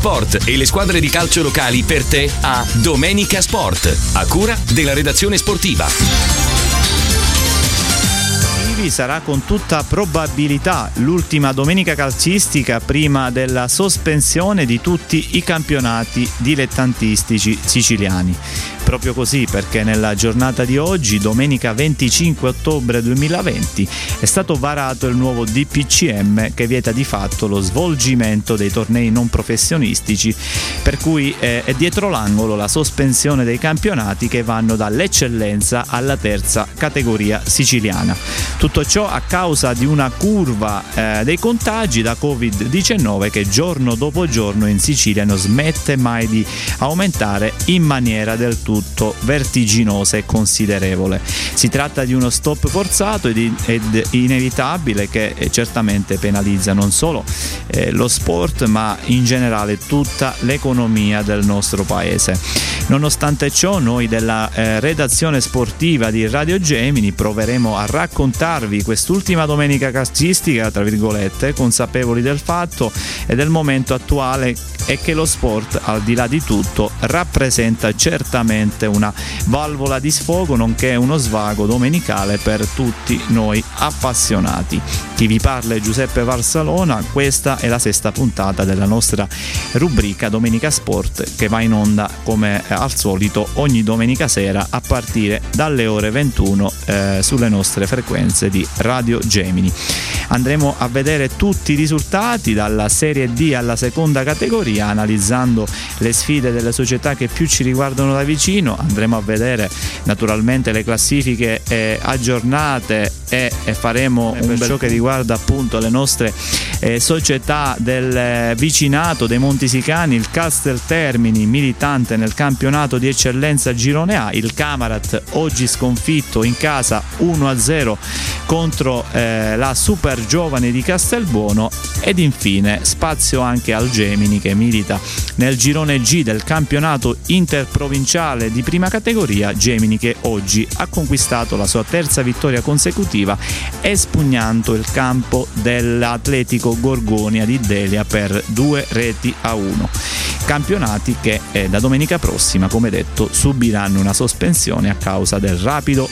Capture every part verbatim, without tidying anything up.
Sport e le squadre di calcio locali per te a Domenica Sport, a cura della redazione sportiva. Sarà con tutta probabilità l'ultima domenica calcistica prima della sospensione di tutti i campionati dilettantistici siciliani. Proprio così, perché nella giornata di oggi, domenica venticinque ottobre duemilaventi, è stato varato il nuovo D P C M che vieta di fatto lo svolgimento dei tornei non professionistici, per cui è dietro l'angolo la sospensione dei campionati che vanno dall'eccellenza alla terza categoria siciliana. Tutto ciò a causa di una curva eh, dei contagi da covid diciannove che giorno dopo giorno in Sicilia non smette mai di aumentare in maniera del tutto vertiginosa e considerevole. Si tratta di uno stop forzato ed, ed inevitabile che certamente penalizza non solo eh, lo sport ma in generale tutta l'economia del nostro paese. Nonostante ciò, noi della eh, redazione sportiva di Radio Gemini proveremo a raccontarvi quest'ultima domenica calcistica, tra virgolette, consapevoli del fatto e del momento attuale e che lo sport, al di là di tutto, rappresenta certamente una valvola di sfogo nonché uno svago domenicale per tutti noi appassionati. Chi vi parla è Giuseppe Varsalona, questa è la sesta puntata della nostra rubrica Domenica Sport che va in onda come al solito ogni domenica sera a partire dalle ore ventuno eh, sulle nostre frequenze di Radio Gemini. Andremo a vedere tutti i risultati dalla Serie D alla seconda categoria, analizzando le sfide delle società che più ci riguardano da vicino. Andremo a vedere naturalmente le classifiche eh, aggiornate e, e faremo un bel ciò che riguarda appunto le nostre eh, società del eh, vicinato dei Montisicani, il Casteltermini militante nel campionato di eccellenza Girone A, il Camarat oggi sconfitto in casa uno a zero contro eh, la Super Giovane di Castelbuono, ed infine spazio anche al Gemini che milita nel girone G del campionato interprovinciale di prima categoria. Gemini che oggi ha conquistato la sua terza vittoria consecutiva espugnando il campo dell'Atletico Gorgonia di Delia per due reti a uno. Campionati che eh, da domenica prossima, come detto, subiranno una sospensione a causa del rapido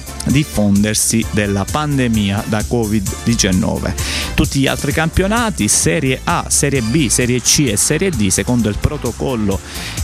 diffondersi della pandemia da covid diciannove. Tutti gli altri campionati, Serie A, Serie B, Serie C e Serie D, secondo il protocollo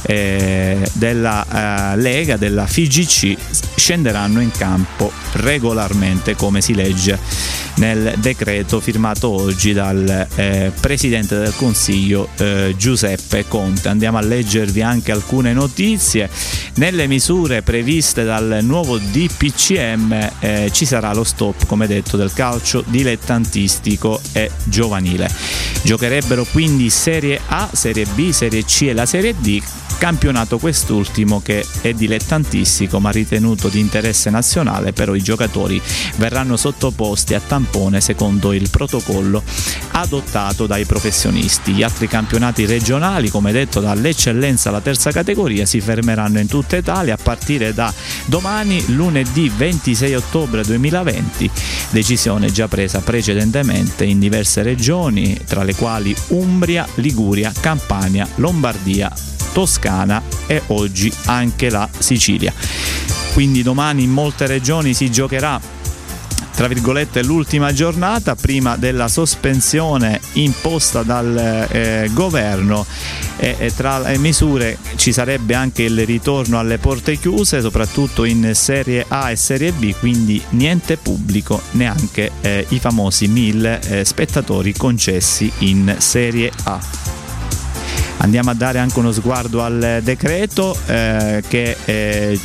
eh, della eh, Lega, della F I G C, scenderanno in campo regolarmente, come si legge nel decreto firmato oggi dal eh, Presidente del Consiglio eh, Giuseppe Conte. Andiamo a leggervi anche alcune notizie. Nelle misure previste dal nuovo D P C M eh, ci sarà lo stop, come detto, del calcio dilettantistico e giovanile. Giocherebbero quindi Serie A, Serie B, Serie C e la Serie D, campionato quest'ultimo che è dilettantistico ma ritenuto di interesse nazionale, però i giocatori verranno sottoposti a tampone secondo il protocollo adottato dai professionisti. Gli altri campionati regionali, come detto, dall'eccellenza alla terza categoria, si fermeranno in tutta Italia a partire da domani, lunedì ventisei ottobre duemilaventi, decisione già presa precedentemente in diverse regioni, tra le quali Umbria, Liguria, Campania, Lombardia, Toscana e oggi anche la Sicilia. Quindi domani in molte regioni si giocherà, tra virgolette, l'ultima giornata prima della sospensione imposta dal eh, governo, e, e tra le misure ci sarebbe anche il ritorno alle porte chiuse, soprattutto in Serie A e Serie B, quindi niente pubblico, neanche eh, i famosi mille eh, spettatori concessi in Serie A. Andiamo a dare anche uno sguardo al decreto eh, che eh,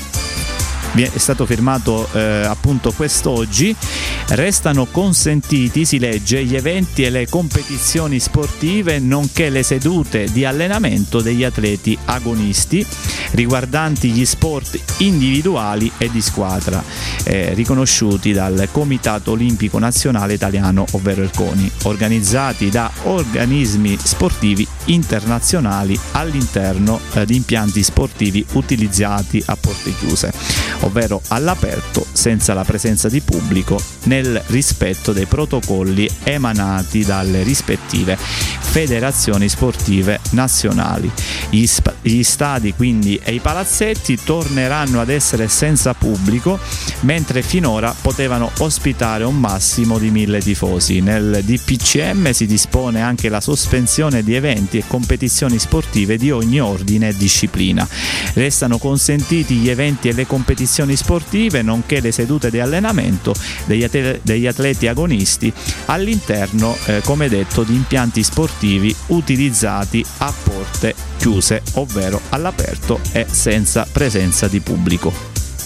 è stato firmato eh, appunto quest'oggi. Restano consentiti, si legge, gli eventi e le competizioni sportive nonché le sedute di allenamento degli atleti agonisti riguardanti gli sport individuali e di squadra eh, riconosciuti dal Comitato Olimpico Nazionale Italiano, ovvero il CONI, organizzati da organismi sportivi internazionali all'interno eh, di impianti sportivi utilizzati a porte chiuse, ovvero all'aperto senza la presenza di pubblico, nel rispetto dei protocolli emanati dalle rispettive federazioni sportive nazionali. Gli, sp- gli stadi quindi e i palazzetti torneranno ad essere senza pubblico, mentre finora potevano ospitare un massimo di mille tifosi. Nel D P C M si dispone anche la sospensione di eventi e competizioni sportive di ogni ordine e disciplina. Restano consentiti gli eventi e le competizioni sportive, nonché le sedute di allenamento degli, atleti, degli atleti agonisti all'interno, eh, come detto, di impianti sportivi utilizzati a porte chiuse, ovvero all'aperto e senza presenza di pubblico.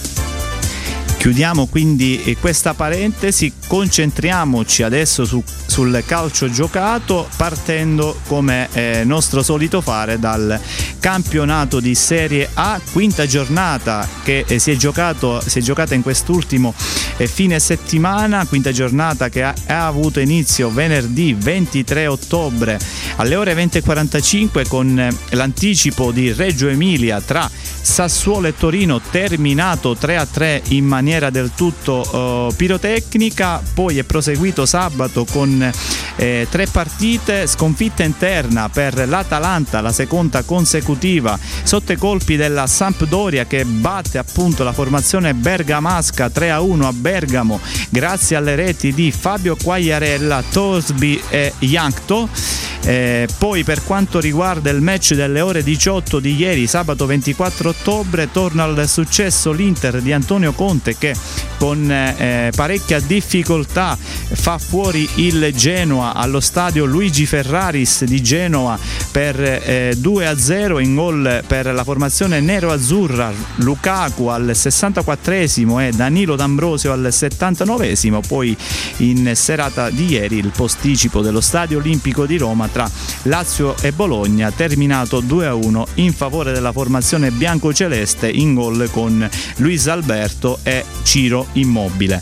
Chiudiamo quindi questa parentesi, concentriamoci adesso su, sul calcio giocato, partendo come è nostro solito fare dal campionato di Serie A, quinta giornata che si è, giocato, si è giocata in quest'ultimo fine settimana, quinta giornata che ha, ha avuto inizio venerdì ventitré ottobre alle ore venti e quarantacinque con l'anticipo di Reggio Emilia tra Sassuolo e Torino, terminato tre a tre in maniera del tutto uh, pirotecnica. Poi è proseguito sabato con eh, tre partite, sconfitta interna per l'Atalanta, la seconda consecutiva sotto i colpi della Sampdoria, che batte appunto la formazione bergamasca tre a uno a Bergamo grazie alle reti di Fabio Quagliarella, Torsby e Jankto. Eh, poi per quanto riguarda il match delle ore diciotto di ieri, sabato ventiquattro ottobre, torna al successo l'Inter di Antonio Conte, che con eh, parecchia difficoltà fa fuori il Genoa allo stadio Luigi Ferraris di Genova per eh, due a zero. In gol per la formazione nero-azzurra Lukaku al sessantaquattresimo e Danilo D'Ambrosio al settantanovesimo. Poi in serata di ieri il posticipo dello Stadio Olimpico di Roma tra Lazio e Bologna, terminato due a uno in favore della formazione biancoceleste, in gol con Luis Alberto e Ciro Immobile.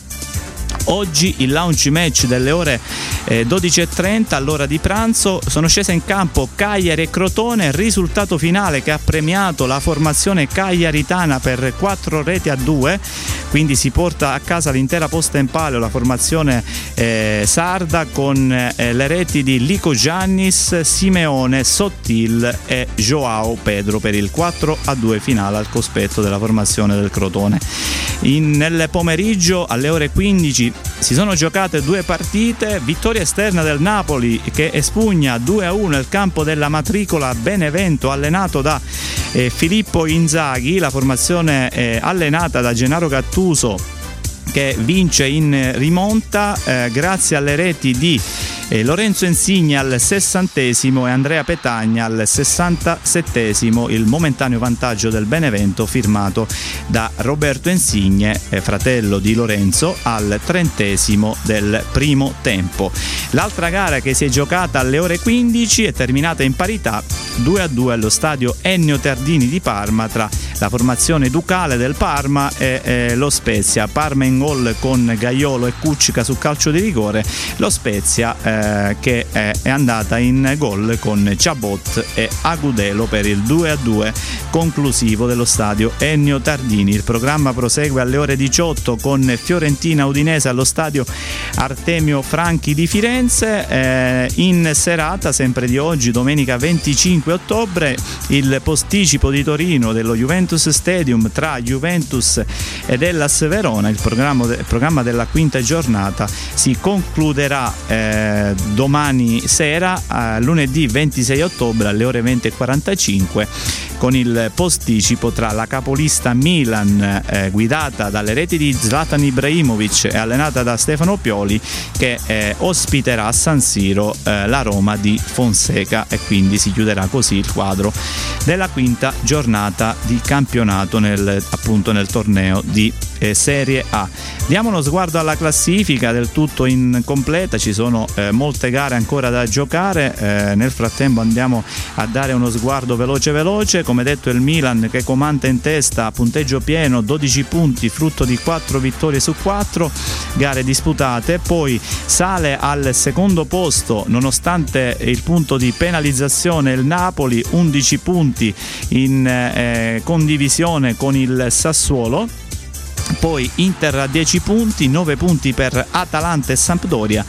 Oggi il launch match delle ore eh, dodici e trenta, all'ora di pranzo, sono scese in campo Cagliari e Crotone, risultato finale che ha premiato la formazione cagliaritana per quattro reti a due, quindi si porta a casa l'intera posta in palio la formazione eh, sarda con eh, le reti di Lico Giannis, Simeone, Sottil e Joao Pedro per il quattro a due finale al cospetto della formazione del Crotone. In, nel pomeriggio alle ore quindici si sono giocate due partite, vittoria esterna del Napoli che espugna due a uno il campo della matricola Benevento, allenato da eh, Filippo Inzaghi, la formazione eh, allenata da Gennaro Gattuso, che vince in rimonta eh, grazie alle reti di eh, Lorenzo Insigne al sessantesimo e Andrea Petagna al sessantasettesimo, il momentaneo vantaggio del Benevento firmato da Roberto Insigne, eh, fratello di Lorenzo, al trentesimo del primo tempo. L'altra gara che si è giocata alle ore quindici è terminata in parità due a due allo stadio Ennio Tardini di Parma tra la formazione ducale del Parma e eh, lo Spezia. Parma in gol con Gaiolo e Cuccica su calcio di rigore, lo Spezia eh, che è, è andata in gol con Chabot e Agudelo per il due a due conclusivo dello stadio Ennio Tardini. Il programma prosegue alle ore diciotto con Fiorentina Udinese allo stadio Artemio Franchi di Firenze. Eh, in serata, sempre di oggi, domenica venticinque ottobre, il posticipo di Torino dello Juventus Stadium tra Juventus ed Hellas Verona. Il programma, de- il programma della quinta giornata si concluderà eh, domani sera, eh, lunedì ventisei ottobre alle ore venti e quarantacinque, con il posticipo tra la capolista Milan, eh, guidata dalle reti di Zlatan Ibrahimovic e allenata da Stefano Pioli, che eh, ospiterà a San Siro eh, la Roma di Fonseca, e quindi si chiuderà così il quadro della quinta giornata di campionato nel, appunto nel torneo di eh, Serie A. Diamo uno sguardo alla classifica, del tutto incompleta, ci sono eh, molte gare ancora da giocare. Eh, nel frattempo andiamo a dare uno sguardo veloce veloce. Come detto, il Milan che comanda in testa a punteggio pieno, dodici punti, frutto di quattro vittorie su quattro gare disputate. Poi sale al secondo posto, nonostante il punto di penalizzazione, il Napoli, undici punti in eh, condivisione con il Sassuolo. Poi Inter a dieci punti, nove punti per Atalanta e Sampdoria,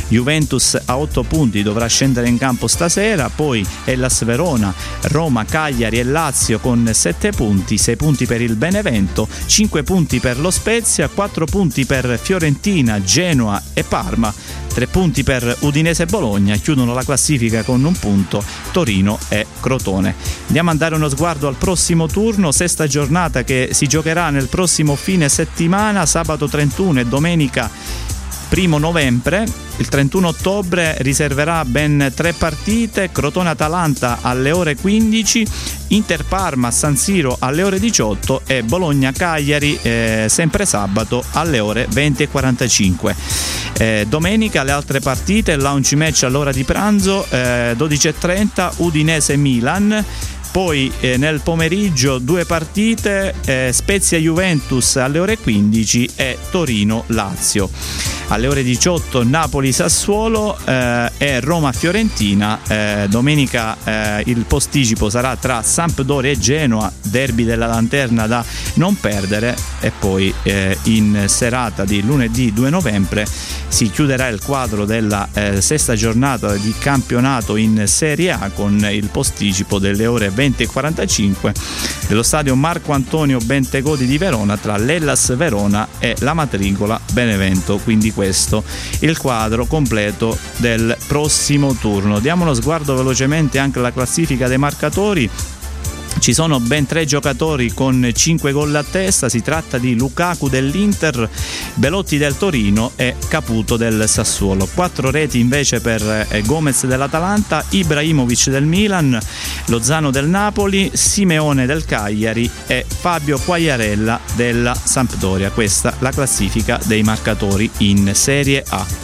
Juventus a otto punti dovrà scendere in campo stasera, poi Hellas Verona, Roma, Cagliari e Lazio con sette punti, sei punti per il Benevento, cinque punti per lo Spezia, quattro punti per Fiorentina, Genoa e Parma, tre punti per Udinese e Bologna, chiudono la classifica con un punto Torino e Crotone. Andiamo a dare uno sguardo al prossimo turno, sesta giornata che si giocherà nel prossimo fine settimana, sabato trentuno e domenica primo novembre. Il trentuno ottobre riserverà ben tre partite: Crotone-Atalanta alle ore quindici, Inter-Parma a San Siro alle ore diciotto e Bologna-Cagliari eh, sempre sabato alle ore venti e quarantacinque. Eh, domenica le altre partite: launch match all'ora di pranzo, eh, dodici e trenta Udinese-Milan. Poi eh, nel pomeriggio due partite, eh, Spezia-Juventus alle ore quindici e Torino-Lazio. Alle ore diciotto Napoli-Sassuolo eh, e Roma-Fiorentina. Eh, domenica eh, il posticipo sarà tra Sampdoria e Genoa, derby della lanterna da non perdere, e poi eh, in serata di lunedì due novembre si chiuderà il quadro della eh, sesta giornata di campionato in Serie A con il posticipo delle ore venti e quarantacinque dello stadio Marco Antonio Bentegodi di Verona tra l'Hellas Verona e la matricola Benevento. Quindi questo il quadro completo del prossimo turno. Diamo uno sguardo velocemente anche alla classifica dei marcatori. Ci sono ben tre giocatori con cinque gol a testa, si tratta di Lukaku dell'Inter, Belotti del Torino e Caputo del Sassuolo. Quattro reti invece per Gomez dell'Atalanta, Ibrahimovic del Milan, Lozano del Napoli, Simeone del Cagliari e Fabio Quagliarella della Sampdoria. Questa la classifica dei marcatori in Serie A.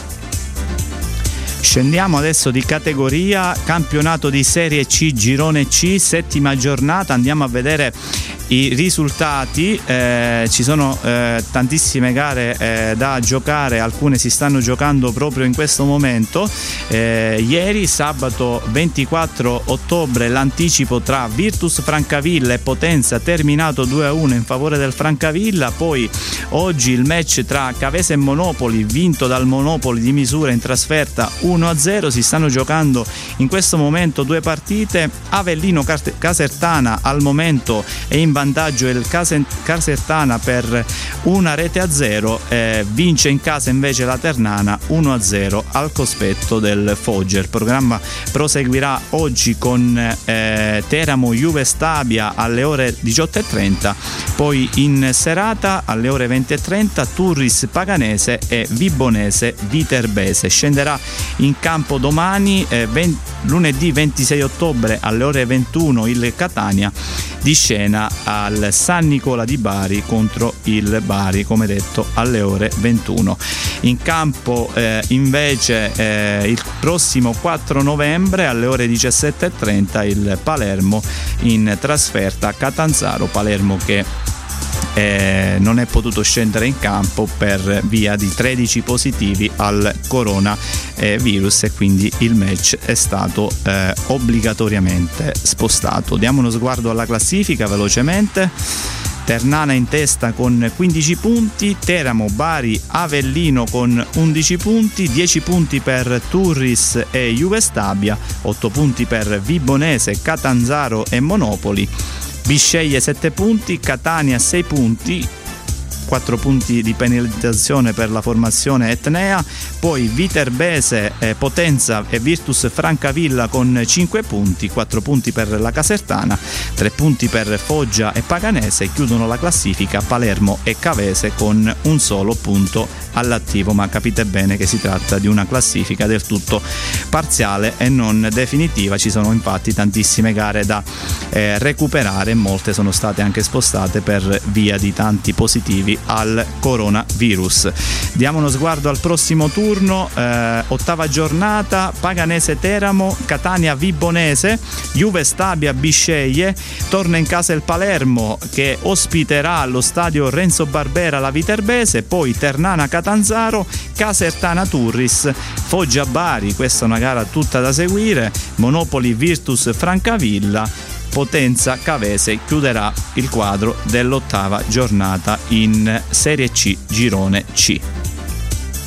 Scendiamo adesso di categoria, campionato di Serie C, Girone C, settima giornata. Andiamo a vedere i risultati. Eh, ci sono eh, tantissime gare eh, da giocare, alcune si stanno giocando proprio in questo momento. Eh, ieri sabato ventiquattro ottobre l'anticipo tra Virtus Francavilla e Potenza terminato due a uno in favore del Francavilla. Poi oggi il match tra Cavese e Monopoli, vinto dal Monopoli di misura in trasferta uno a zero. Si stanno giocando in questo momento due partite. Avellino Casertana al momento è in vantaggio il Casertana per una rete a zero, eh, vince in casa invece la Ternana uno a zero al cospetto del Foggia. Il programma proseguirà oggi con eh, Teramo Juve Stabia alle ore diciotto e trenta, poi in serata alle ore venti e trenta Turris Paganese e Vibonese Viterbese. Scenderà in campo domani eh, venti, lunedì ventisei ottobre alle ore ventuno il Catania di scena al San Nicola di Bari contro il Bari, come detto alle ore ventuno. In campo eh, invece eh, il prossimo quattro novembre alle ore diciassette e trenta il Palermo in trasferta a Catanzaro, Palermo che Eh, non è potuto scendere in campo per via di tredici positivi al coronavirus e quindi il match è stato eh, obbligatoriamente spostato. Diamo uno sguardo alla classifica velocemente. Ternana in testa con quindici punti, Teramo, Bari, Avellino con undici punti, dieci punti per Turris e Juve Stabia, otto punti per Vibonese, Catanzaro e Monopoli, Bisceglie sette punti, Catania sei punti, quattro punti di penalizzazione per la formazione etnea, poi Viterbese, eh, Potenza e Virtus Francavilla con cinque punti, quattro punti per la Casertana, tre punti per Foggia e Paganese. Chiudono la classifica Palermo e Cavese con un solo punto all'attivo, ma capite bene che si tratta di una classifica del tutto parziale e non definitiva. Ci sono infatti tantissime gare da eh, recuperare, molte sono state anche spostate per via di tanti positivi al coronavirus. Diamo uno sguardo al prossimo turno, eh, ottava giornata, Paganese Teramo, Catania Vibonese, Juve Stabia Bisceglie, torna in casa il Palermo che ospiterà allo stadio Renzo Barbera la Viterbese, poi Ternana Catanzaro, Casertana Turris, Foggia Bari, questa è una gara tutta da seguire, Monopoli Virtus Francavilla, Potenza Cavese chiuderà il quadro dell'ottava giornata in Serie C, Girone C.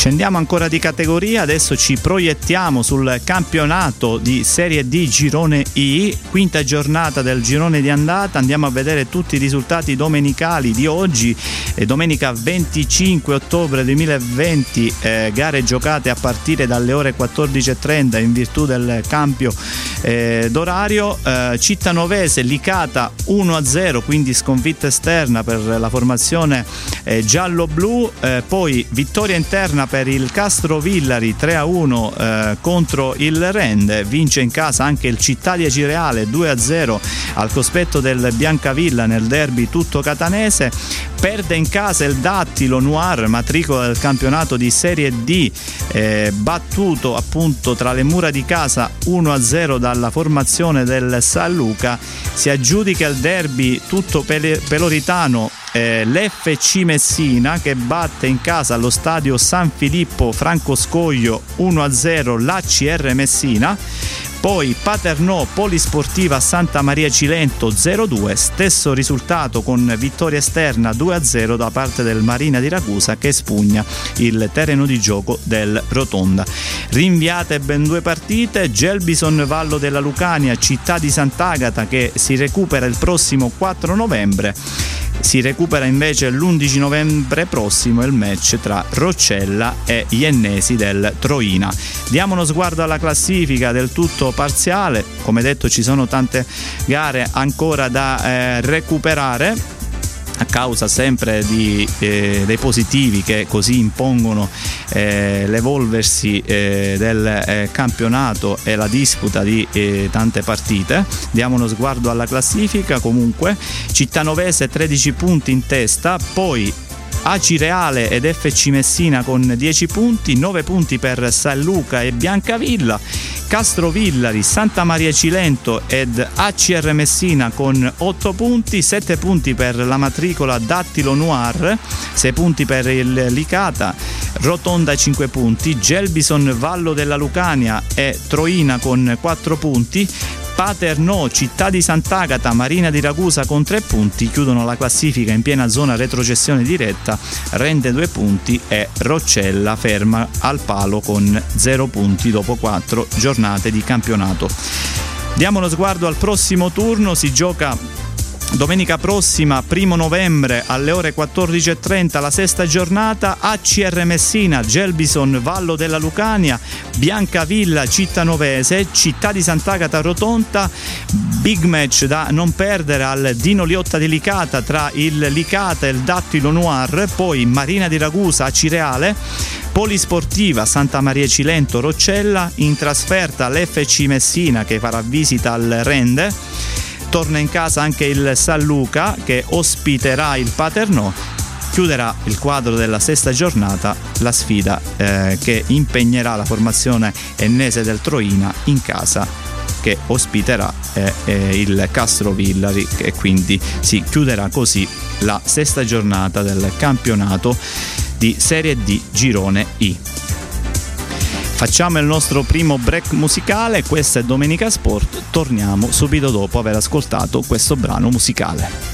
Scendiamo ancora di categoria, adesso ci proiettiamo sul campionato di Serie D Girone I, quinta giornata del girone di andata. Andiamo a vedere tutti i risultati domenicali di oggi, e domenica venticinque ottobre duemilaventi, eh, gare giocate a partire dalle ore quattordici e trenta in virtù del cambio eh, d'orario. eh, Cittanovese Licata uno a zero, quindi sconfitta esterna per la formazione eh, giallo-blu. eh, poi vittoria interna per il Castrovillari tre a uno eh, contro il Rende. Vince in casa anche il Città di Acireale due a zero al cospetto del Biancavilla nel derby tutto catanese. Perde in casa il Dattilo Noir, matricola del campionato di Serie D, eh, battuto appunto tra le mura di casa uno a zero dalla formazione del San Luca. Si aggiudica il derby tutto pel- peloritano eh, l'F C Messina, che batte in casa allo stadio San Filippo Franco Scoglio uno a zero l'A C R Messina. Poi Paternò Polisportiva Santa Maria Cilento zero due, stesso risultato con vittoria esterna due a zero da parte del Marina di Ragusa, che spugna il terreno di gioco del Rotonda. Rinviate ben due partite: Gelbison Vallo della Lucania Città di Sant'Agata, che si recupera il prossimo quattro novembre. Si recupera invece l'undici novembre prossimo il match tra Roccella e Iennesi del Troina. Diamo uno sguardo alla classifica del tutto parziale. Come detto, ci sono tante gare ancora da eh, recuperare, a causa sempre di, eh, dei positivi che così impongono eh, l'evolversi eh, del eh, campionato e la disputa di eh, tante partite. Diamo uno sguardo alla classifica. Comunque Cittanovese tredici punti in testa, poi Acireale ed F C Messina con dieci punti, nove punti per San Luca e Biancavilla, Castrovillari, Santa Maria Cilento ed A C R Messina con otto punti, sette punti per la matricola Dattilo Noir, sei punti per il Licata, Rotonda cinque punti, Gelbison Vallo della Lucania e Troina con quattro punti, Paternò, Città di Sant'Agata, Marina di Ragusa con tre punti. Chiudono la classifica in piena zona retrocessione diretta Rende due punti e Roccella ferma al palo con zero punti dopo quattro giornate di campionato. Diamo uno sguardo al prossimo turno. Si gioca domenica prossima, primo novembre, alle ore quattordici e trenta, la sesta giornata. A C R Messina, Gelbison Vallo della Lucania, Biancavilla Cittanovese, Città di Sant'Agata Rotonda. Big match da non perdere al Dino Liotta di Licata tra il Licata e il Dattilo Noir. Poi Marina di Ragusa Acireale, Polisportiva Santa Maria Cilento Roccella. In trasferta l'F C Messina, che farà visita al Rende. Torna in casa anche il San Luca, che ospiterà il Paternò. Chiuderà il quadro della sesta giornata la sfida eh, che impegnerà la formazione ennese del Troina in casa, che ospiterà eh, eh, il Castrovillari, e quindi si chiuderà così la sesta giornata del campionato di Serie D Girone I. Facciamo il nostro primo break musicale. Questa è Domenica Sport. Torniamo subito dopo aver ascoltato questo brano musicale.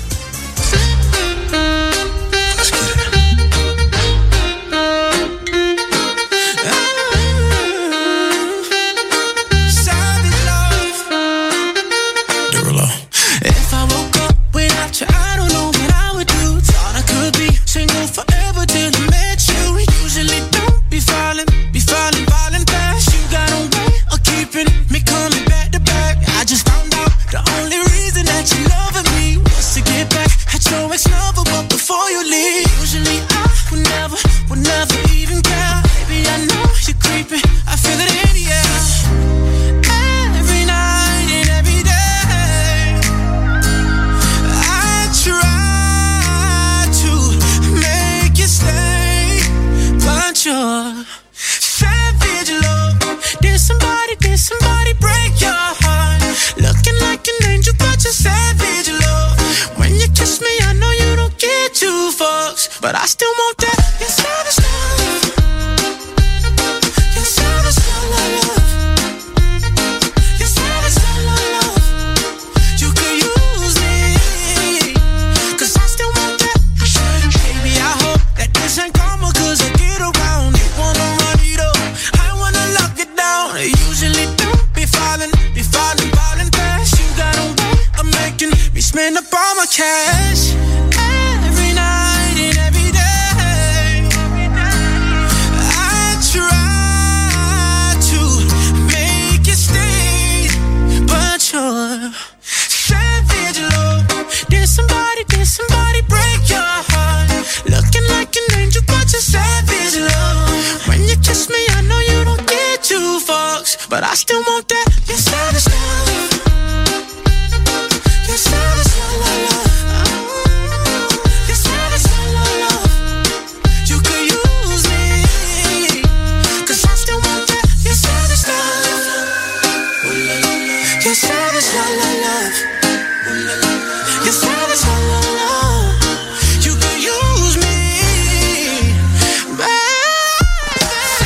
But I still want that, your savage love, your savage love, your savage love. You could use me, cause I still want that. Baby, I hope that this ain't karma, cause I get around. You wanna spend up all my cash every night and every day. I try to make it stay, but you're savage love. Did somebody, did somebody break your heart? Looking like an angel, but you're savage love. When you kiss me, I know you don't get two fucks, but I still want that. You're savage love. You're savage love. You're savage love. You could use me, 'cause I still want that. You're savage love. You're savage love. You're savage love. You could use me, baby.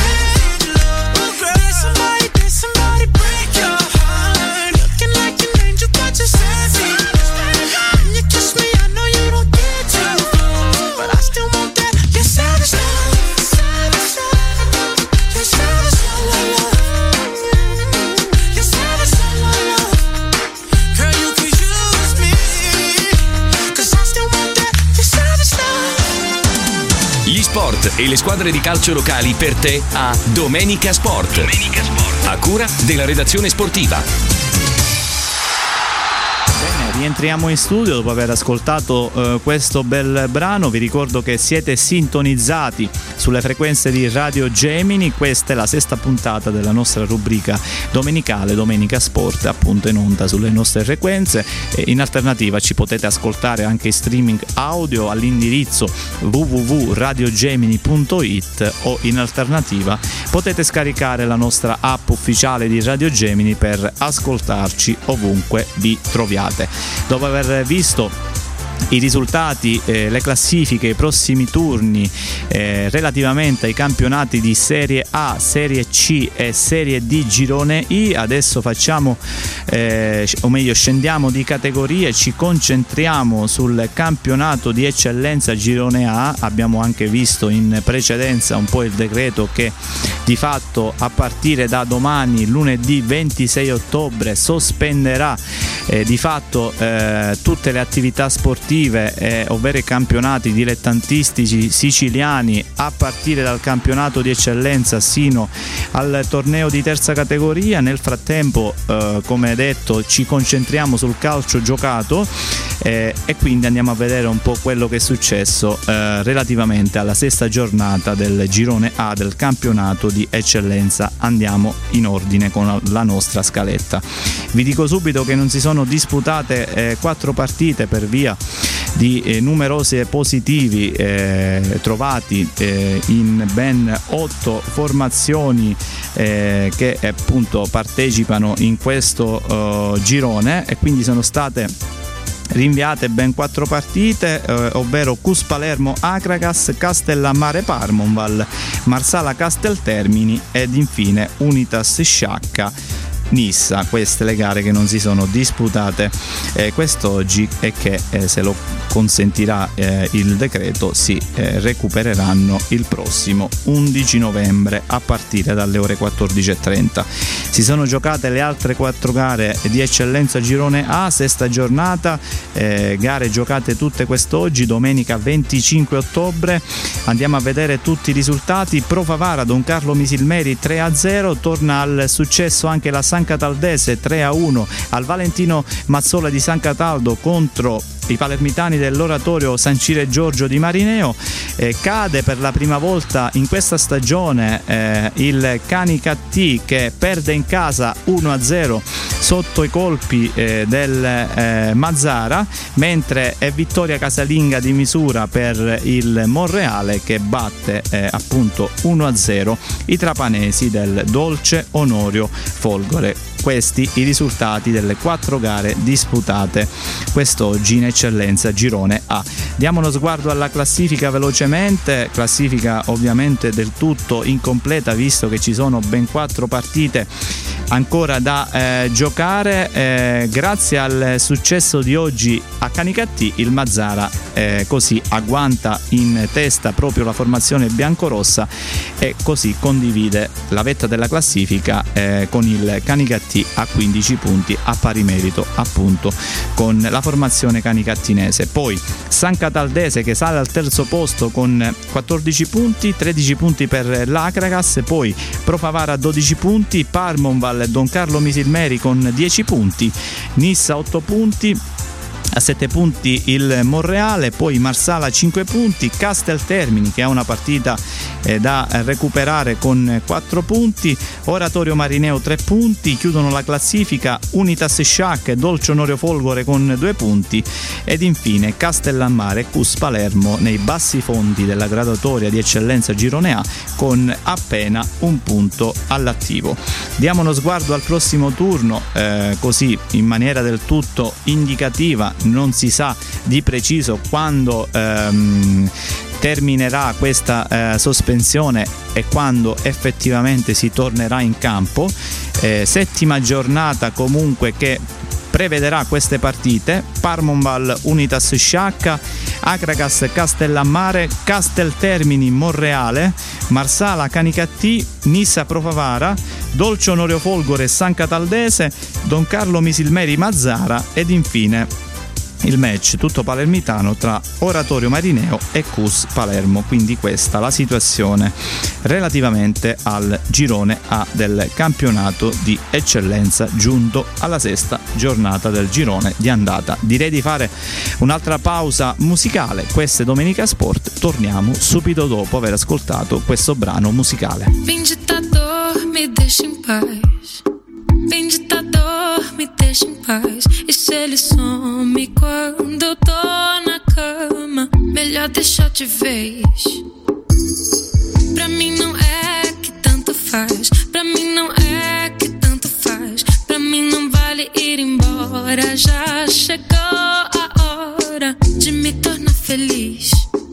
Did somebody, did somebody break your heart? Looking like an angel, but you're savage. When you kiss me, I know you don't get too close, but I still want that. You're savage love. You're savage love. You're savage love. Girl, you could use me, 'cause I still want that. You're savage love. Gli sport e le squadre di calcio locali per te a Domenica Sport. Domenica Sport. A cura della redazione sportiva. Bene, rientriamo in studio dopo aver ascoltato eh, questo bel brano. Vi ricordo che siete sintonizzati sulle frequenze di Radio Gemini. Questa è la sesta puntata della nostra rubrica domenicale Domenica Sport, appunto in onda sulle nostre frequenze. E in alternativa ci potete ascoltare anche in streaming audio all'indirizzo w w w punto radio gemini punto i t, o in alternativa potete scaricare la nostra app ufficiale di Radio Gemini per ascoltarci ovunque vi troviate. Dopo aver visto i risultati, eh, le classifiche, i prossimi turni eh, relativamente ai campionati di Serie A, Serie C e Serie D Girone I, adesso facciamo eh, o meglio scendiamo di categorie, ci concentriamo sul campionato di eccellenza Girone A. Abbiamo anche visto in precedenza un po' il decreto che di fatto a partire da domani, lunedì ventisei ottobre, sospenderà eh, di fatto eh, tutte le attività sportive, eh, ovvero i campionati dilettantistici siciliani, a partire dal campionato di eccellenza sino al torneo di terza categoria. Nel frattempo, eh, come detto, ci concentriamo sul calcio giocato eh, e quindi andiamo a vedere un po' quello che è successo eh, relativamente alla sesta giornata del girone A del campionato di eccellenza. Andiamo in ordine con la nostra scaletta. Vi dico subito che non si sono disputate eh, quattro partite per via di eh, numerosi positivi eh, trovati eh, in ben otto formazioni eh, che appunto partecipano in questo eh, girone, e quindi sono state rinviate ben quattro partite, eh, ovvero Cus Palermo Acragas, Castellammare Parmonval, Marsala Casteltermini ed infine Unitas Sciacca Nissa. Queste le gare che non si sono disputate eh, quest'oggi e che, eh, se lo consentirà eh, il decreto, si eh, recupereranno il prossimo undici novembre a partire dalle ore quattordici e trenta. Si sono giocate le altre quattro gare di eccellenza Girone A, sesta giornata, eh, gare giocate tutte quest'oggi, domenica venticinque ottobre. Andiamo a vedere tutti i risultati. Pro Favara Don Carlo Misilmeri tre a zero, torna al successo anche la San Cataldese tre a uno al Valentino Mazzola di San Cataldo contro i palermitani dell'oratorio San Ciro Giorgio di Marineo. Eh, cade per la prima volta in questa stagione eh, il Canicattì, che perde in casa uno a zero sotto i colpi eh, del eh, Mazzara, mentre è vittoria casalinga di misura per il Monreale, che batte eh, appunto uno a zero i trapanesi del Dolce Onorio Folgore. Questi i risultati delle quattro gare disputate quest'oggi in eccellenza Girone A. Diamo uno sguardo alla classifica velocemente, classifica ovviamente del tutto incompleta, visto che ci sono ben quattro partite ancora da eh, giocare. Eh, grazie al successo di oggi a Canicattì, il Mazzara eh, così agguanta in testa proprio la formazione biancorossa e così condivide la vetta della classifica eh, con il Canicattì a quindici punti, a pari merito appunto con la formazione canicattinese. Poi San Cataldese che sale al terzo posto con quattordici punti, tredici punti per l'Acragas, poi Pro Favara dodici punti, Parmonval e Don Carlo Misilmeri con dieci punti, Nissa otto punti, a sette punti il Monreale, poi Marsala cinque punti, Castel Termini che ha una partita eh, da recuperare con quattro punti, Oratorio Marineo tre punti, chiudono la classifica Unitas Sciac e Dolce Onorio Folgore con due punti ed infine Castellammare e Cus Palermo nei bassi fondi della graduatoria di eccellenza Girone A con appena un punto all'attivo. Diamo uno sguardo al prossimo turno, eh, così in maniera del tutto indicativa. Non si sa di preciso quando ehm, terminerà questa eh, sospensione e quando effettivamente si tornerà in campo. Eh, settima giornata comunque che prevederà queste partite: Parmonval Unitas Sciacca, Acragas Castellammare, Castel Termini Monreale, Marsala Canicattì, Nissa Pro Favara, Dolce Onorio Folgore San Cataldese, Don Carlo Misilmeri Mazzara ed infine il match tutto palermitano tra Oratorio Marineo e Cus Palermo. Quindi questa la situazione relativamente al girone A del campionato di eccellenza, giunto alla sesta giornata del girone di andata. Direi di fare un'altra pausa musicale. Questa è Domenica Sport, torniamo subito dopo aver ascoltato questo brano musicale. Venditador, me deixa em paz. Venditador, me deixa em paz. E se ele some quando eu tô na cama, melhor deixar de vez. Pra mim não é que tanto faz. Pra mim não é que tanto faz. Pra mim não vale ir embora. Já chegou a hora de me tornar feliz.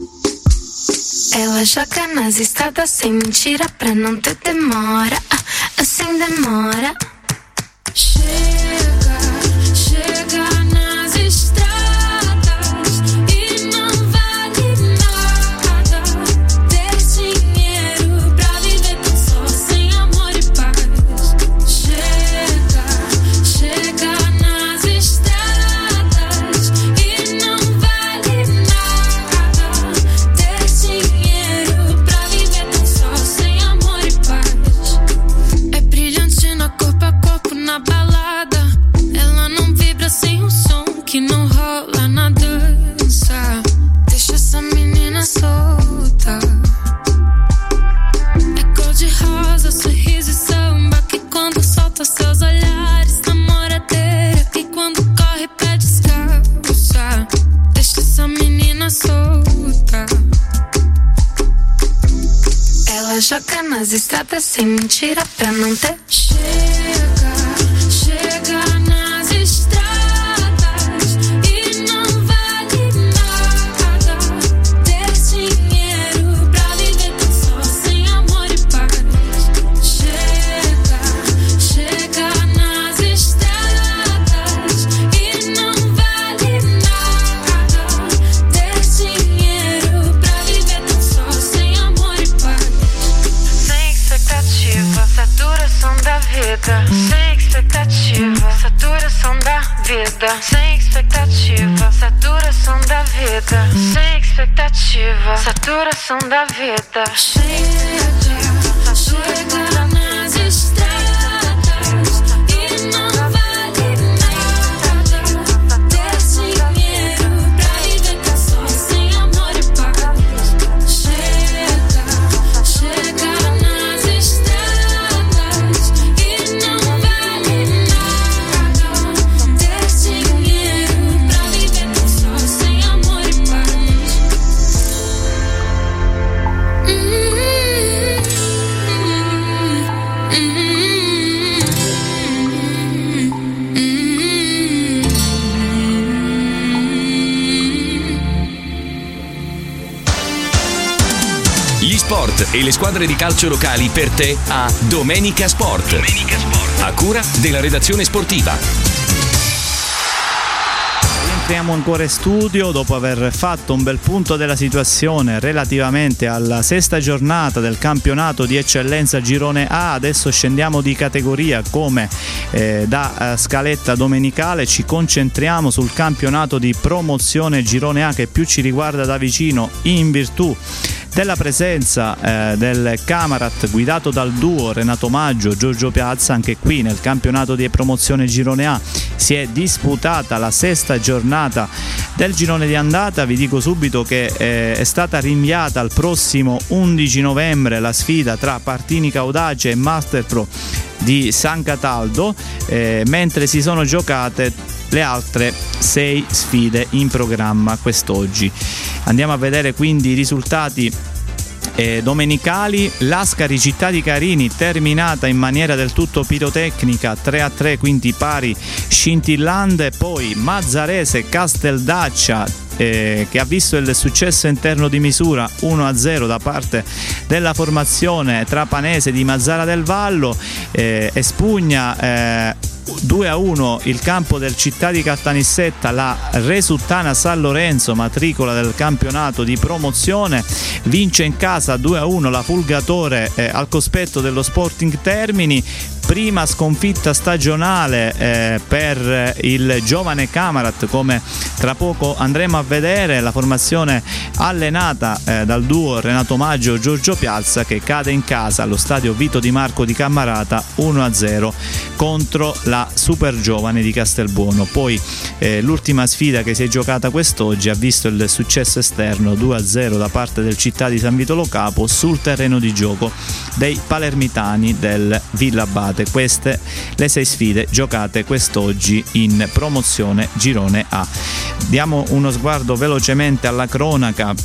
Ela joga nas estradas sem mentira pra não ter demora. Ah, sem demora. Chega, chega nas estradas e não vale nada ter dinheiro pra viver tão só, sem amor e paz. Chega, chega nas estradas e não vale nada ter dinheiro pra viver tão só, sem amor e paz. É brilhante na corpo a corpo na balada, ela não vibra sem o som que não rola na dança. Deixa essa menina solta. É cor de rosa, sorriso e samba, que quando solta seus olhares namoradeira, e quando corre pede descalça. Deixa essa menina solta. Ela joga nas estradas sem mentira pra não ter. Chega, chega nas estradas e não vale nada ter dinheiro pra viver tão só, sem amor e paz. Chega, chega nas estradas e não vale nada ter dinheiro pra viver tão só, sem amor e paz. Sem expectativa, saturação da vida. Sem expectativa, saturação da vida. Sem expectativa, saturação da vida. Sem expectativa, saturação da vida. Chega, chega nas estradas e não vale nada ter dinheiro pra viver tão só, sem amor e paz. Chega, chega nas estradas e não vale nada ter dinheiro pra viver tão só, sem amor e paz. Hum, hum, hum. sport e le squadre di calcio locali per te a Domenica Sport. Domenica Sport. A cura della redazione sportiva. Entriamo ancora in studio dopo aver fatto un bel punto della situazione relativamente alla sesta giornata del campionato di eccellenza Girone A. Adesso scendiamo di categoria come eh, da eh, scaletta domenicale, ci concentriamo sul campionato di promozione Girone A che più ci riguarda da vicino in virtù della presenza eh, del Camarat guidato dal duo Renato Maggio Giorgio Piazza. Anche qui nel campionato di promozione Girone A si è disputata la sesta giornata del girone di andata. Vi dico subito che eh, è stata rinviata al prossimo undici novembre la sfida tra Partini Caudace e Masterpro di San Cataldo, eh, mentre si sono giocate le altre sei sfide in programma quest'oggi. Andiamo a vedere quindi i risultati eh, domenicali. L'Ascari Città di Carini terminata in maniera del tutto pirotecnica tre a tre, quindi pari scintillante. Poi Mazzarese Casteldaccia Eh, che ha visto il successo interno di misura uno a zero da parte della formazione trapanese di Mazzara del Vallo. eh, espugna eh, due a uno il campo del Città di Caltanissetta la Resuttana San Lorenzo, matricola del campionato di promozione. Vince in casa due a uno la Fulgatore eh, al cospetto dello Sporting Termini. Prima sconfitta stagionale eh, per il giovane Camarat, come tra poco andremo a vedere. La formazione allenata eh, dal duo Renato Maggio Giorgio Piazza che cade in casa allo stadio Vito Di Marco di Cammarata uno a zero contro la super giovane di Castelbuono. Poi eh, l'ultima sfida che si è giocata quest'oggi ha visto il successo esterno due a zero da parte del Città di San Vito Lo Capo sul terreno di gioco dei palermitani del Villa Abate. Queste le sei sfide giocate quest'oggi in promozione Girone A. Diamo uno sguardo velocemente alla cronaca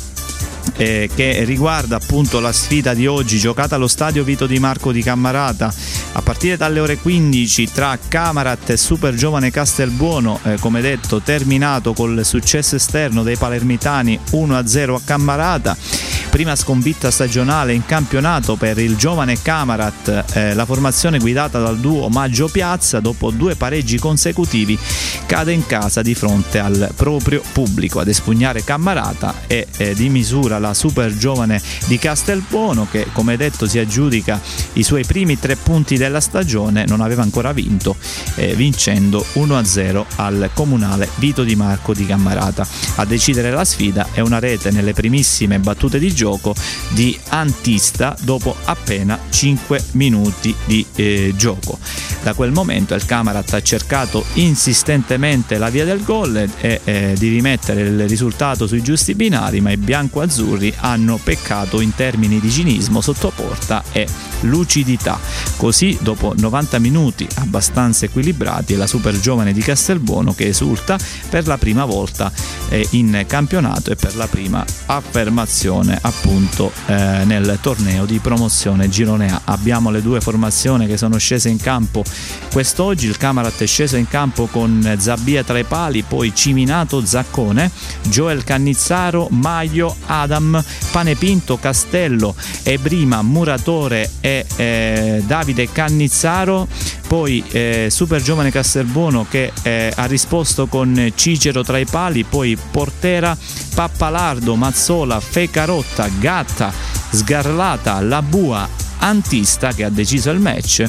Eh, che riguarda appunto la sfida di oggi giocata allo stadio Vito Di Marco di Cammarata a partire dalle ore quindici tra Camarat e Super Giovane Castelbuono, eh, come detto terminato col successo esterno dei palermitani uno a zero a Cammarata. Prima sconfitta stagionale in campionato per il giovane Camarat, eh, la formazione guidata dal duo Maggio Piazza dopo due pareggi consecutivi cade in casa di fronte al proprio pubblico. Ad espugnare Cammarata e eh, di misura la super giovane di Castelbuono che, come detto, si aggiudica i suoi primi tre punti della stagione. Non aveva ancora vinto, eh, vincendo uno a zero al comunale Vito Di Marco di Cammarata. A decidere la sfida è una rete nelle primissime battute di gioco di Antista dopo appena cinque minuti di eh, gioco. Da quel momento il Camarat ha cercato insistentemente la via del gol e eh, di rimettere il risultato sui giusti binari, ma i bianco-azzurri hanno peccato in termini di cinismo sotto porta e lucidità. Così, dopo novanta minuti abbastanza equilibrati, è la super giovane di Castelbuono che esulta per la prima volta eh, in campionato e per la prima affermazione appunto eh, nel torneo di promozione Girone A. Abbiamo le due formazioni che sono scese in campo quest'oggi. Il Camarat è sceso in campo con Zabbia tra i pali, poi Ciminato Zaccone, Joel Cannizzaro, Maio, Adam, Panepinto, Castello, Ebrima, Muratore e eh, Davide Cannizzaro. Poi eh, super giovane Castelbuono che eh, ha risposto con Cicero tra i pali, poi Portera, Pappalardo, Mazzola, Fecarotta, Gatta, Sgarlata, Labua, Antista che ha deciso il match,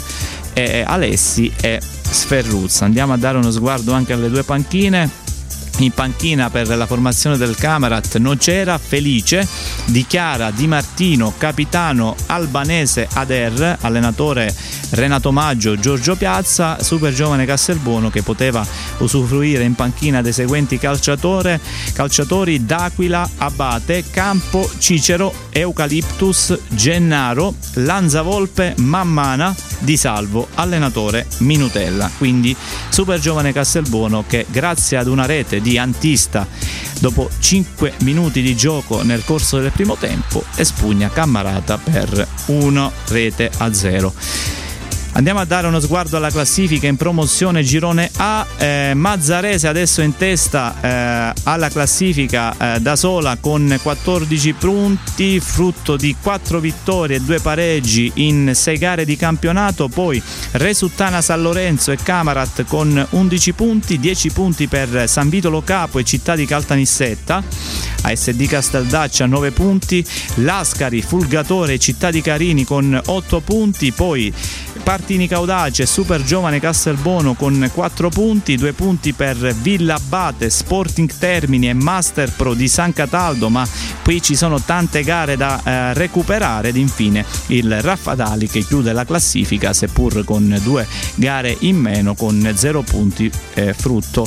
e Alessi e Sferruzza. Andiamo a dare uno sguardo anche alle due panchine. In panchina per la formazione del Camarat non c'era Felice, dichiara Di Martino, capitano albanese Ader, allenatore Renato Maggio Giorgio Piazza. Super giovane Castelbuono che poteva usufruire in panchina dei seguenti calciatori calciatori D'Aquila, Abate, Campo, Cicero, Eucaliptus, Gennaro, Lanzavolpe, Mammana, Di Salvo, allenatore Minutella. Quindi super giovane Castelbuono che grazie ad una rete di Antista dopo cinque minuti di gioco nel corso del primo tempo espugna Cammarata per una rete a zero. Andiamo a dare uno sguardo alla classifica in promozione girone A. eh, Mazzarese adesso in testa eh, alla classifica eh, da sola con quattordici punti, frutto di quattro vittorie e due pareggi in sei gare di campionato. Poi Resuttana San Lorenzo e Camarat con undici punti, dieci punti per San Vito Lo Capo e Città di Caltanissetta. A S D Casteldaccia nove punti, Lascari, Fulgatore e Città di Carini con otto punti, poi Partini Caudace e Super Giovane Castelbuono con quattro punti, due punti per Villa Abate, Sporting Termini e Master Pro di San Cataldo, ma qui ci sono tante gare da eh, recuperare. Ed infine il Raffadali che chiude la classifica seppur con due gare in meno con zero punti, eh, frutto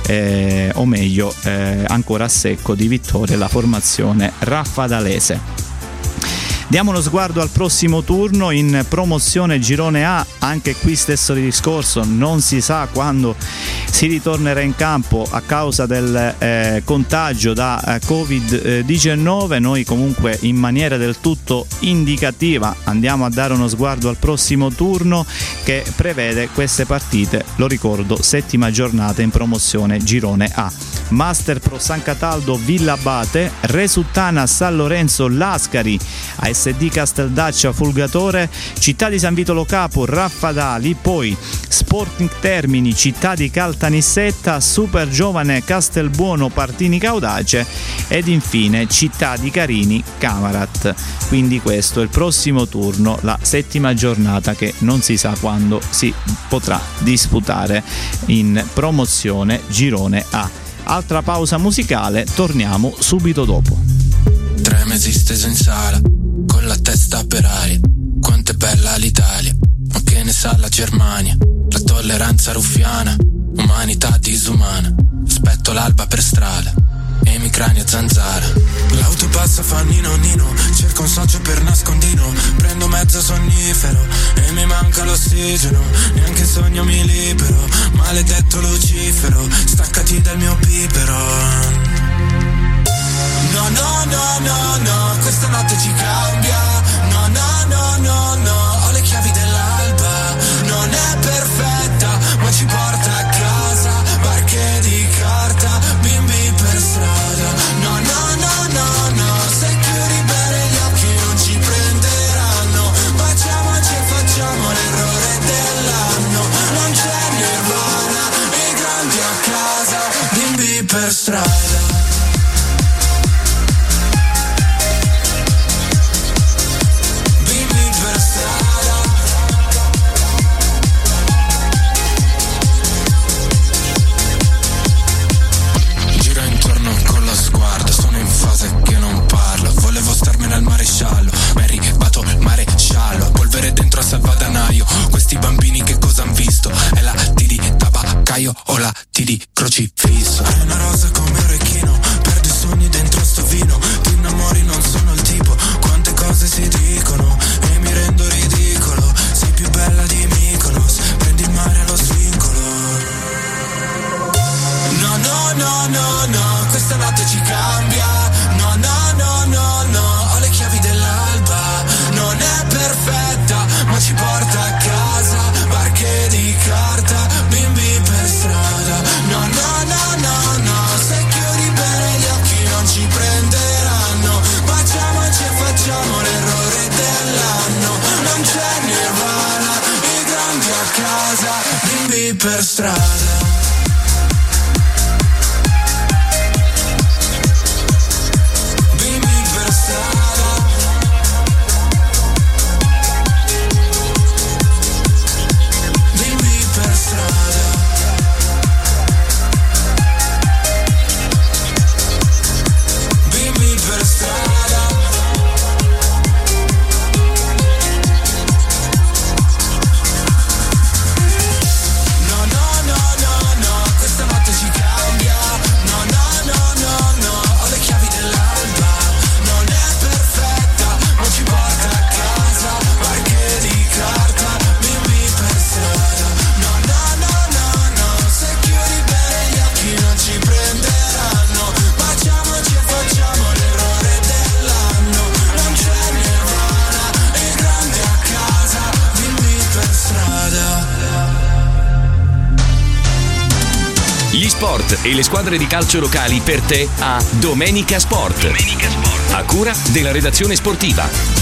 eh, o meglio eh, ancora a secco di vittoria la formazione raffadalese. Diamo uno sguardo al prossimo turno in promozione girone A. Anche qui stesso discorso, non si sa quando si ritornerà in campo a causa del eh, contagio da eh, covid diciannove. Noi comunque in maniera del tutto indicativa andiamo a dare uno sguardo al prossimo turno che prevede queste partite, lo ricordo, settima giornata in promozione girone A. Master Pro San Cataldo Villa Abate, Resuttana San Lorenzo Lascari, A S D Casteldaccia Fulgatore, Città di San Vito Lo Capo Raffadali, poi Sporting Termini Città di Caltanissetta, Super Giovane Castelbuono Partini Caudace ed infine Città di Carini Camarat. Quindi questo è il prossimo turno, la settima giornata che non si sa quando si potrà disputare in promozione girone A. Altra pausa musicale, torniamo subito dopo. Tre mesi steso in sala, con la testa per aria. Quanto è bella l'Italia, ma che ne sa la Germania? La tolleranza ruffiana, umanità disumana. Aspetto l'alba per strada, emicrania zanzara. L'auto passa fa nino nino, cerco un socio per nascondino. Prendo mezzo sonnifero e mi manca l'ossigeno. Neanche sogno mi libero, maledetto Lucifero, staccati dal mio pipero. No, no, no, no, no, questa notte ci cambia. No, no, no, no, no, ho le chiavi dell'alba. Non è perfetta, ma ci porta a casa. Barche di carta, bimbi per strada. No, no, no, no, no, se chiudi bene gli occhi non ci prenderanno. Baciamoci e facciamo l'errore dell'anno. Non c'è nirvana, i grandi a casa, bimbi per strada. Che non parlo, volevo starmene al maresciallo, ma è arrivato il maresciallo, polvere dentro a salvadanaio. Questi bambini che cosa han visto? È la T di tabaccaio o la T di crocifisso? È una rosa come un orecchino, Sport e le squadre di calcio locali per te a Domenica Sport. Domenica Sport. A cura della redazione sportiva.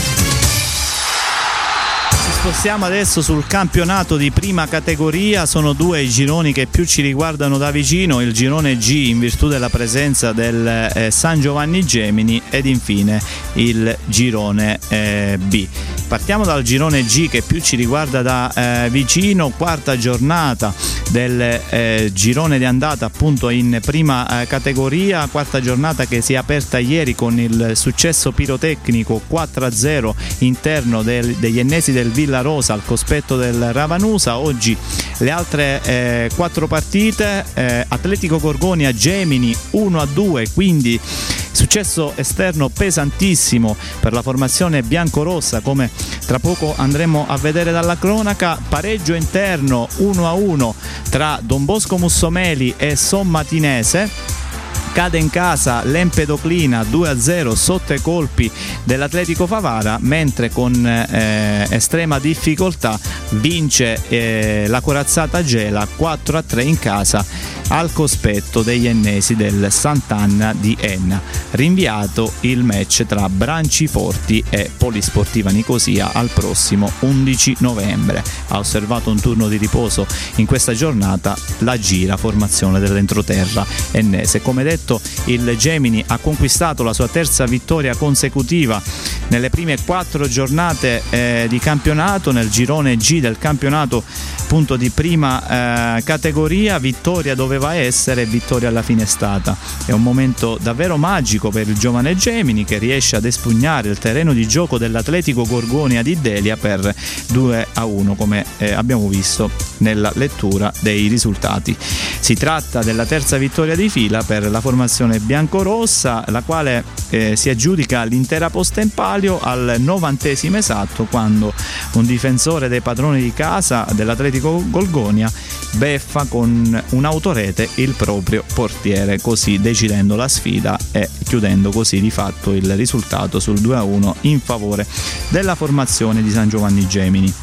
Spostiamo adesso sul campionato di prima categoria. Sono due i gironi che più ci riguardano da vicino: il girone G, in virtù della presenza del eh, San Giovanni Gemini, ed infine il girone eh, B. Partiamo dal girone G, che più ci riguarda da eh, vicino. Quarta giornata del eh, girone di andata appunto in prima eh, categoria, quarta giornata che si è aperta ieri con il successo pirotecnico quattro a zero interno del, degli ennesi del Villa Rosa al cospetto del Ravanusa. Oggi le altre eh, quattro partite: eh, Atletico Gorgonia Gemini uno a due, quindi successo esterno pesantissimo per la formazione biancorossa, come tra poco andremo a vedere dalla cronaca. Pareggio interno uno a uno tra Don Bosco Mussomeli e Sommatinese. Cade in casa l'Empedoclina due a zero sotto i colpi dell'Atletico Favara, mentre con eh, estrema difficoltà vince eh, la corazzata Gela quattro a tre in casa al cospetto degli ennesi del Sant'Anna di Enna. Rinviato il match tra Branciforti e Polisportiva Nicosia al prossimo undici novembre. Ha osservato un turno di riposo in questa giornata la Gira, formazione dell'entroterra ennese. Come detto, il Gemini ha conquistato la sua terza vittoria consecutiva nelle prime quattro giornate eh, di campionato nel girone G del campionato appunto di prima eh, categoria. Vittoria doveva essere, vittoria alla fine è stata. È un momento davvero magico per il giovane Gemini, che riesce ad espugnare il terreno di gioco dell'Atletico Gorgonia di Delia per due a uno, come eh, abbiamo visto nella lettura dei risultati. Si tratta della terza vittoria di fila per la formazione biancorossa, la quale eh, si aggiudica l'intera posta in palio al novantesimo esatto, quando un difensore dei padroni di casa dell'Atletico Gorgonia beffa con un'autorete il proprio portiere, così decidendo la sfida e chiudendo così di fatto il risultato sul due a uno in favore della formazione di San Giovanni Gemini.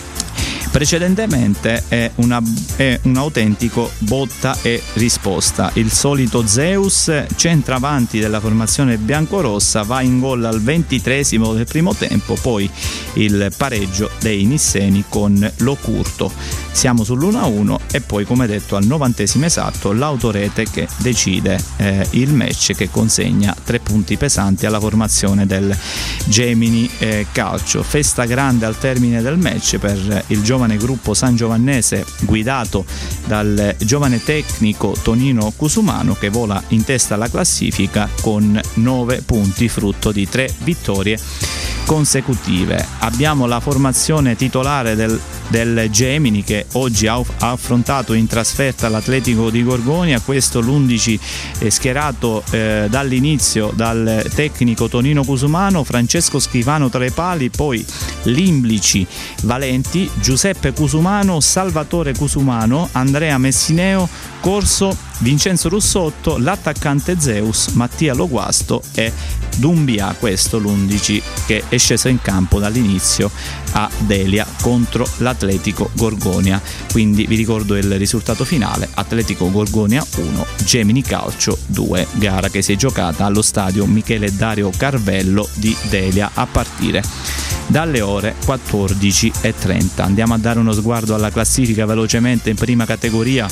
Precedentemente è, una, è un autentico botta e risposta. Il solito Zeus, centravanti della formazione biancorossa, va in gol al ventitreesimo del primo tempo, poi il pareggio dei nisseni con Locurto. Siamo sull'uno a uno e poi, come detto, al novantesimo esatto l'autorete che decide eh, il match, che consegna tre punti pesanti alla formazione del Gemini eh, Calcio. Festa grande al termine del match per il giovane gruppo sangiovannese guidato dal giovane tecnico Tonino Cusumano, che vola in testa alla classifica con nove punti, frutto di tre vittorie consecutive. Abbiamo la formazione titolare del, del Gemini, che oggi ha, ha affrontato in trasferta l'Atletico di Gorgonia. Questo l'undici eh, schierato eh, dall'inizio dal tecnico Tonino Cusumano: Francesco Schifano tra i pali, poi Limblici, Valenti, Giuseppe Cusumano, Salvatore Cusumano, Andrea Messineo, Corso, Vincenzo Russotto, l'attaccante Zeus, Mattia Loguasto e Dumbia. Questo l'undici che è sceso in campo dall'inizio a Delia contro l'Atletico Gorgonia. Quindi vi ricordo il risultato finale: Atletico Gorgonia uno, Gemini Calcio due, gara che si è giocata allo stadio Michele Dario Carvello di Delia a partire dalle ore quattordici e trenta. Andiamo a dare uno sguardo alla classifica velocemente in prima categoria,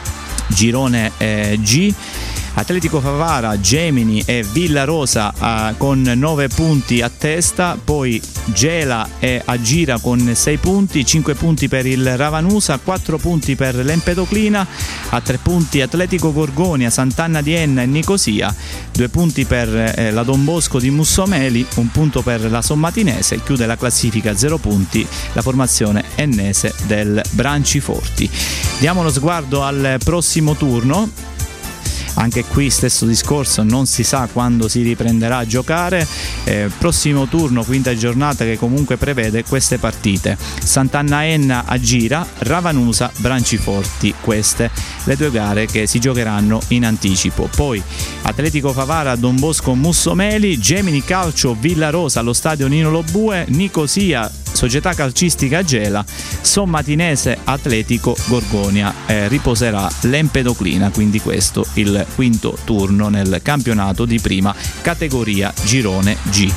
girone eh, G. Atletico Favara, Gemini e Villa Rosa eh, con nove punti a testa, poi Gela e Agira con sei punti, cinque punti per il Ravanusa, quattro punti per l'Empedoclina, a tre punti Atletico Gorgonia, Sant'Anna di Enna e Nicosia, due punti per eh, la Don Bosco di Mussomeli, un punto per la Sommatinese. Chiude la classifica a zero punti la formazione ennese del Branciforti. Diamo uno sguardo al prossimo turno. Anche qui stesso discorso, non si sa quando si riprenderà a giocare. Eh, prossimo turno, quinta giornata, che comunque prevede queste partite: Sant'Anna Enna Agira, Ravanusa Branciforti. Queste le due gare che si giocheranno in anticipo. Poi Atletico Favara Don Bosco Mussomeli, Gemini Calcio Villa Rosa allo stadio Nino Lobue, Nicosia Società Calcistica Gela, Sommatinese Atletico Gorgonia. Eh, riposerà l'Empedoclina, quindi questo il quinto turno nel campionato di prima categoria girone G.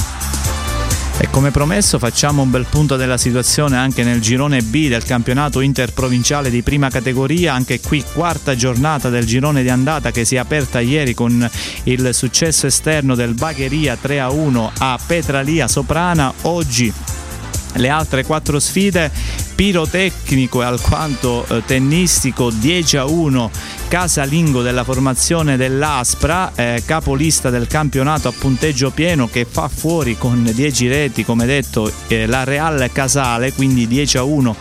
E come promesso facciamo un bel punto della situazione anche nel girone B del campionato interprovinciale di prima categoria. Anche qui quarta giornata del girone di andata, che si è aperta ieri con il successo esterno del Bagheria tre a uno a Petralia Soprana. Oggi le altre quattro sfide: pirotecnico e alquanto eh, tennistico dieci a uno casalingo della formazione dell'Aspra, eh, capolista del campionato a punteggio pieno, che fa fuori con dieci reti, come detto, eh, la Real Casale, quindi dieci a uno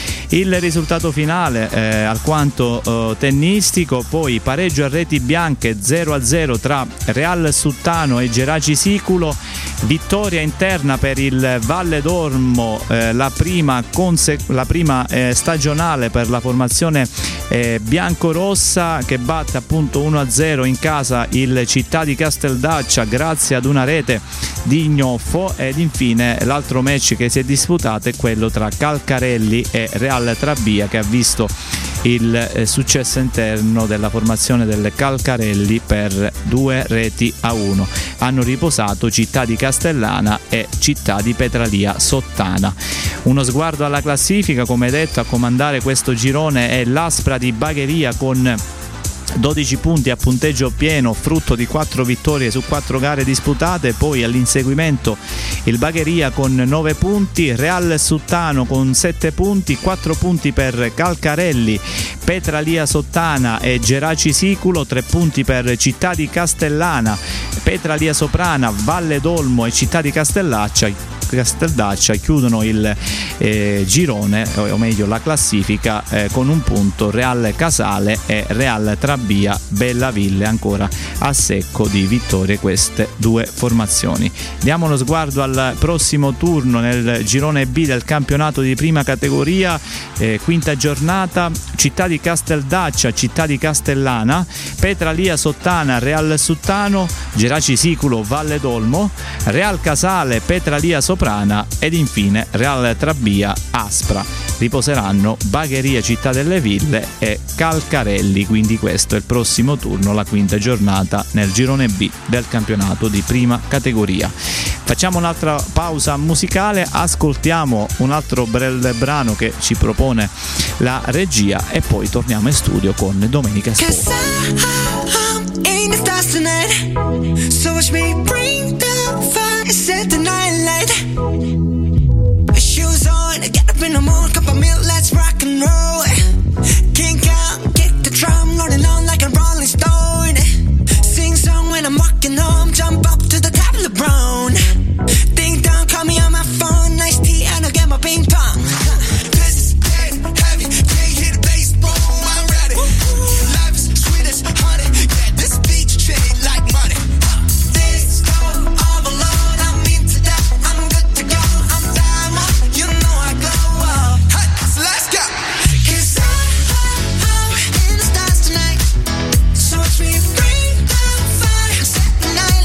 il risultato finale, eh, alquanto eh, tennistico. Poi pareggio a reti bianche zero a zero tra Real Suttano e Geraci Siculo, vittoria interna per il Valle d'Ormo, eh, la prima, conse- la prima eh, stagionale per la formazione eh, biancorossa, che batte appunto uno a zero in casa il Città di Casteldaccia grazie ad una rete di Gnoffo. Ed infine l'altro match che si è disputato è quello tra Calcarelli e Real Trabia, che ha visto il eh, successo interno della formazione del Calcarelli per due reti a uno. Hanno riposato Città di Castellana e Città di Petralia Sottana. Uno sguardo alla classifica: come detto, a comandare questo girone è l'Aspra di Bagheria con dodici punti a punteggio pieno, frutto di quattro vittorie su quattro gare disputate. Poi all'inseguimento il Bagheria con nove punti, Real Suttano con sette punti, quattro punti per Calcarelli, Petralia Sottana e Geraci Siculo, tre punti per Città di Castellana, Petralia Soprana, Valle d'Olmo e Città di Castellaccia. Casteldaccia chiudono il eh, girone, o meglio la classifica, eh, con un punto Real Casale e Real Trabia Bellaville, ancora a secco di vittorie queste due formazioni. Diamo uno sguardo al prossimo turno nel girone B del campionato di prima categoria, eh, quinta giornata: Città di Casteldaccia, Città di Castellana, Petralia Sottana, Real Suttano, Geraci Siculo, Valle d'Olmo, Real Casale, Petralia Soprana ed infine Real Trabia Aspra. Riposeranno Bagheria Città delle Ville e Calcarelli, quindi questo è il prossimo turno, la quinta giornata nel girone B del campionato di prima categoria. Facciamo un'altra pausa musicale, ascoltiamo un altro bel brano che ci propone la regia e poi torniamo in studio con Domenica Sport. Shoes on, get up in the morning, cup of milk, let's rock and roll. Kink out, kick the drum, rolling on like a rolling stone. Sing song when I'm walking home, jump up to the top of the brown. Ding dong, call me on my phone, nice tea and I'll get my ping pong. This is dead heavy, can't hit the bass, boom, I'm ready. Life is sweet as honey, yeah, this beat treat like money. This go all alone, I'm into that, I'm good to go, I'm down, you know I glow up. Hey, so let's go. Cause I, I'm in the stars tonight, so watch me bring the fire, set the night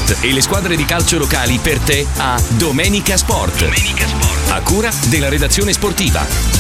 Sport e le squadre di calcio locali per te a Domenica Sport. Domenica Sport. A cura della redazione sportiva.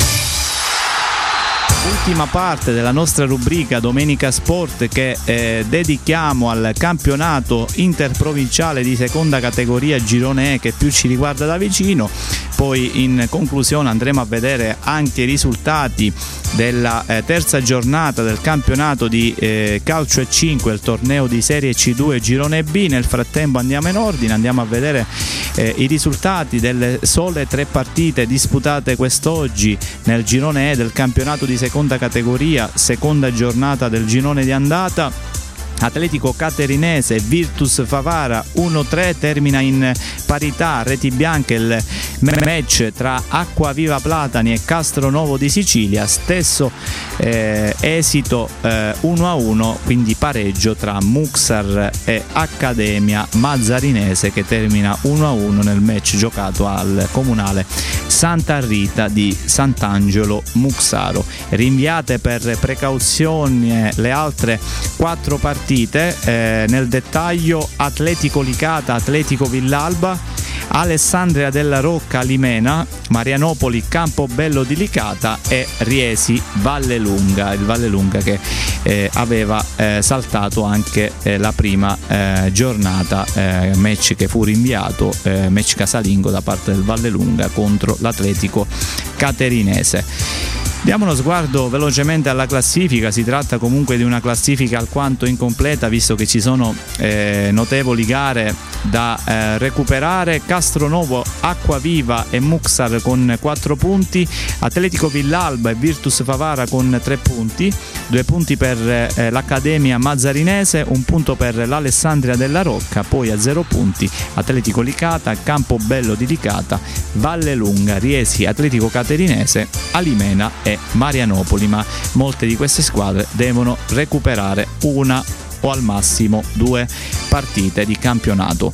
Ultima parte della nostra rubrica Domenica Sport che eh, dedichiamo al campionato interprovinciale di seconda categoria Girone E che più ci riguarda da vicino. Poi in conclusione andremo a vedere anche i risultati della eh, terza giornata del campionato di eh, calcio E cinque, il torneo di Serie C due Girone B. Nel frattempo andiamo in ordine, andiamo a vedere eh, i risultati delle sole tre partite disputate quest'oggi nel Girone E del campionato di seconda categoria, seconda giornata del girone di andata. Atletico Caterinese Virtus Favara uno tre, termina in parità, reti bianche il match tra Acquaviva Platani e Castronovo di Sicilia, stesso eh, esito eh, uno a uno, quindi pareggio tra Muxar e Accademia Mazzarinese che termina uno a uno nel match giocato al comunale Santa Rita di Sant'Angelo Muxaro. Rinviate per precauzione le altre quattro partite. Eh, nel dettaglio Atletico Licata Atletico Villalba, Alessandria della Rocca Limena, Marianopoli Campobello di Licata e Riesi Vallelunga, il Vallelunga che eh, aveva eh, saltato anche eh, la prima eh, giornata, eh, match che fu rinviato, eh, match casalingo da parte del Vallelunga contro l'Atletico Caterinese. Diamo uno sguardo velocemente alla classifica, si tratta comunque di una classifica alquanto incompleta visto che ci sono eh, notevoli gare da eh, recuperare. Castronovo, Acquaviva e Muxar con quattro punti, Atletico Villalba e Virtus Favara con tre punti, due punti per eh, l'Accademia Mazzarinese, un punto per l'Alessandria della Rocca, poi a zero punti Atletico Licata, Campobello di Licata, Vallelunga, Riesi, Atletico Caterinese, Alimena e Marianopoli, ma molte di queste squadre devono recuperare una o al massimo due partite di campionato.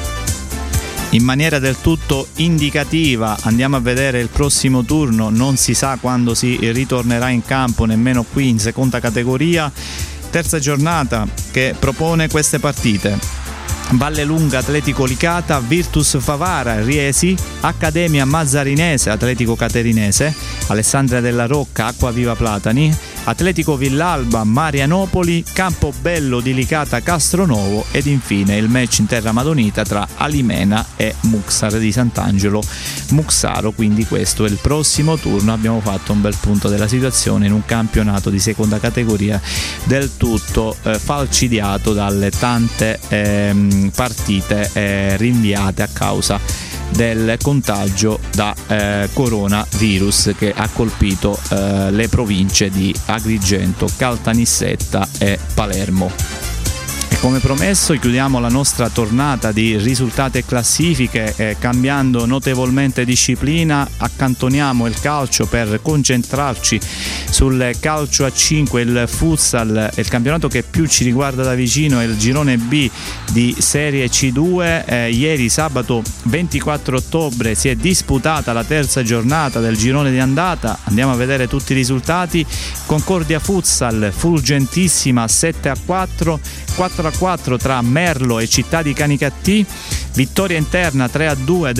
In maniera del tutto indicativa andiamo a vedere il prossimo turno, non si sa quando si ritornerà in campo nemmeno qui in seconda categoria. Terza giornata che propone queste partite: Vallelunga Atletico Licata, Virtus Favara Riesi, Accademia Mazzarinese Atletico Caterinese, Alessandria della Rocca Acquaviva Platani, Atletico Villalba Marianopoli, Campobello di Licata Castronovo ed infine il match in terra madonita tra Alimena e Muxar di Sant'Angelo Muxaro. Quindi questo è il prossimo turno. Abbiamo fatto un bel punto della situazione in un campionato di seconda categoria del tutto eh, falcidiato dalle tante ehm, partite eh, rinviate a causa del contagio da eh, coronavirus che ha colpito eh, le province di Agrigento, Caltanissetta e Palermo. E come promesso chiudiamo la nostra tornata di risultati e classifiche eh, cambiando notevolmente disciplina. Accantoniamo il calcio per concentrarci sul calcio a cinque, il futsal, il campionato che più ci riguarda da vicino è il girone B di Serie C due. Eh, ieri sabato ventiquattro ottobre si è disputata la terza giornata del girone di andata. Andiamo a vedere tutti i risultati. Concordia Futsal fulgentissima sette a quattro, quattro a quattro tra Merlo e Città di Canicattì, vittoria interna tre a due